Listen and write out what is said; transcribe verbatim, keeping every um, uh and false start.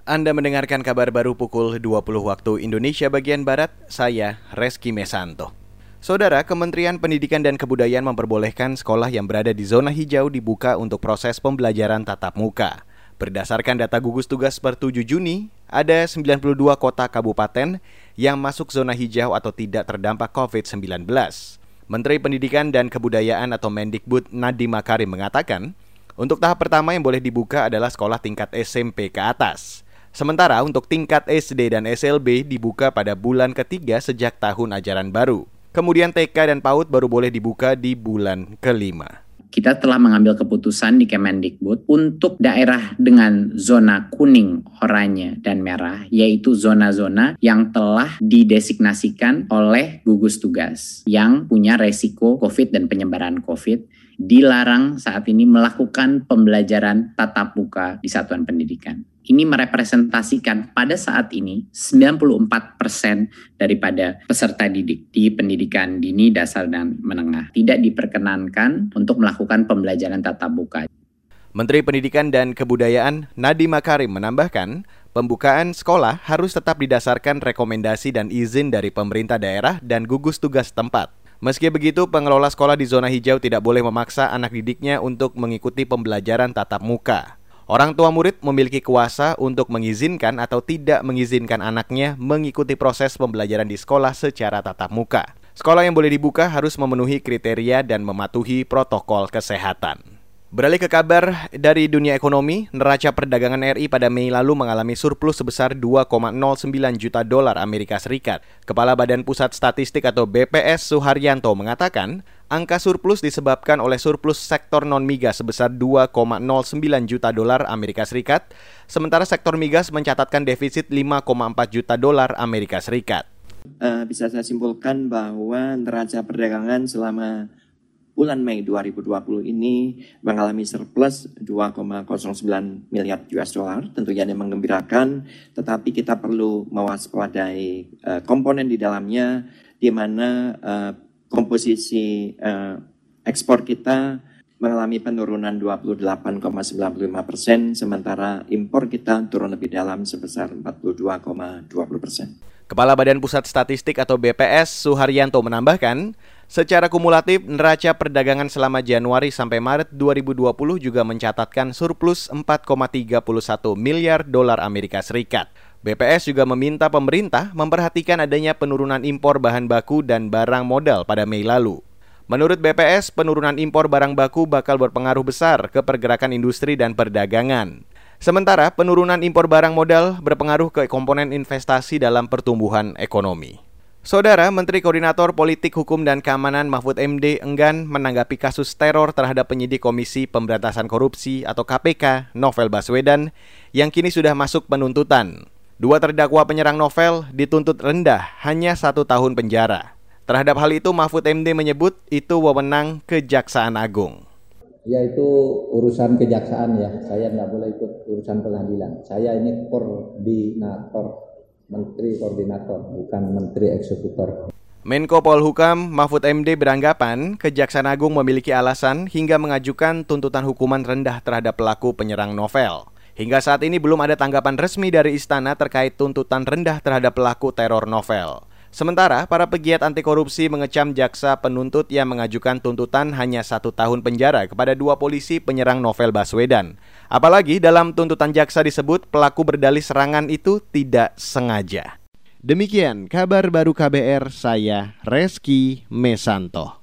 Anda mendengarkan kabar baru pukul dua puluh waktu Indonesia bagian Barat, saya Reski Mesanto. Saudara, Kementerian Pendidikan dan Kebudayaan memperbolehkan sekolah yang berada di zona hijau dibuka untuk proses pembelajaran tatap muka. Berdasarkan data gugus tugas per tujuh Juni, ada sembilan puluh dua kota kabupaten yang masuk zona hijau atau tidak terdampak covid sembilan belas. Menteri Pendidikan dan Kebudayaan atau Mendikbud Nadiem Makarim mengatakan, untuk tahap pertama yang boleh dibuka adalah sekolah tingkat S M P ke atas. Sementara untuk tingkat S D dan S L B dibuka pada bulan ketiga sejak tahun ajaran baru. Kemudian T K dan PAUD baru boleh dibuka di bulan kelima. Kita telah mengambil keputusan di Kemendikbud untuk daerah dengan zona kuning, oranye, dan merah, yaitu zona-zona yang telah didesignasikan oleh gugus tugas yang punya resiko COVID dan penyebaran COVID, dilarang saat ini melakukan pembelajaran tatap muka di satuan pendidikan. Ini merepresentasikan pada saat ini sembilan puluh empat persen daripada peserta didik di pendidikan dini, dasar, dan menengah tidak diperkenankan untuk melakukan pembelajaran tatap muka. Menteri Pendidikan dan Kebudayaan Nadiem Makarim menambahkan, pembukaan sekolah harus tetap didasarkan rekomendasi dan izin dari pemerintah daerah dan gugus tugas tempat. Meski begitu, pengelola sekolah di zona hijau tidak boleh memaksa anak didiknya untuk mengikuti pembelajaran tatap muka. Orang tua murid memiliki kuasa untuk mengizinkan atau tidak mengizinkan anaknya mengikuti proses pembelajaran di sekolah secara tatap muka. Sekolah yang boleh dibuka harus memenuhi kriteria dan mematuhi protokol kesehatan. Beralih ke kabar dari dunia ekonomi, neraca perdagangan R I pada Mei lalu mengalami surplus sebesar dua koma nol sembilan juta dolar Amerika Serikat. Kepala Badan Pusat Statistik atau B P S Suharyanto mengatakan, angka surplus disebabkan oleh surplus sektor non-migas sebesar dua koma nol sembilan juta dolar Amerika Serikat, sementara sektor migas mencatatkan defisit lima koma empat juta dolar Amerika Serikat. Uh, bisa saya simpulkan bahwa neraca perdagangan selama bulan Mei dua ribu dua puluh ini mengalami surplus dua koma nol sembilan miliar U S dollar, tentunya ini menggembirakan, tetapi kita perlu mewaspadai uh, komponen di dalamnya, di mana uh, komposisi uh, ekspor kita mengalami penurunan dua puluh delapan koma sembilan puluh lima persen, sementara impor kita turun lebih dalam sebesar empat puluh dua koma dua puluh persen. Kepala Badan Pusat Statistik atau B P S Suharyanto menambahkan, secara kumulatif neraca perdagangan selama Januari sampai Maret dua ribu dua puluh juga mencatatkan surplus empat koma tiga satu miliar dolar Amerika Serikat. B P S juga meminta pemerintah memperhatikan adanya penurunan impor bahan baku dan barang modal pada Mei lalu. Menurut B P S, penurunan impor barang baku bakal berpengaruh besar ke pergerakan industri dan perdagangan. Sementara penurunan impor barang modal berpengaruh ke komponen investasi dalam pertumbuhan ekonomi. Saudara, Menteri Koordinator Politik Hukum dan Keamanan Mahfud M D enggan menanggapi kasus teror terhadap penyidik Komisi Pemberantasan Korupsi atau K P K Novel Baswedan yang kini sudah masuk penuntutan. Dua terdakwa penyerang Novel dituntut rendah hanya satu tahun penjara. Terhadap hal itu, Mahfud M D menyebut itu wewenang Kejaksaan Agung. Ya, itu urusan kejaksaan ya, saya nggak boleh ikut urusan pengadilan. Saya ini koordinator, menteri koordinator, bukan menteri eksekutor. Menko Polhukam Mahfud M D beranggapan Kejaksaan Agung memiliki alasan hingga mengajukan tuntutan hukuman rendah terhadap pelaku penyerang Novel. Hingga saat ini belum ada tanggapan resmi dari istana terkait tuntutan rendah terhadap pelaku teror Novel. Sementara, para pegiat anti korupsi mengecam jaksa penuntut yang mengajukan tuntutan hanya satu tahun penjara kepada dua polisi penyerang Novel Baswedan. Apalagi dalam tuntutan jaksa disebut pelaku berdalih serangan itu tidak sengaja. Demikian kabar baru K B R, saya Reski Mesanto.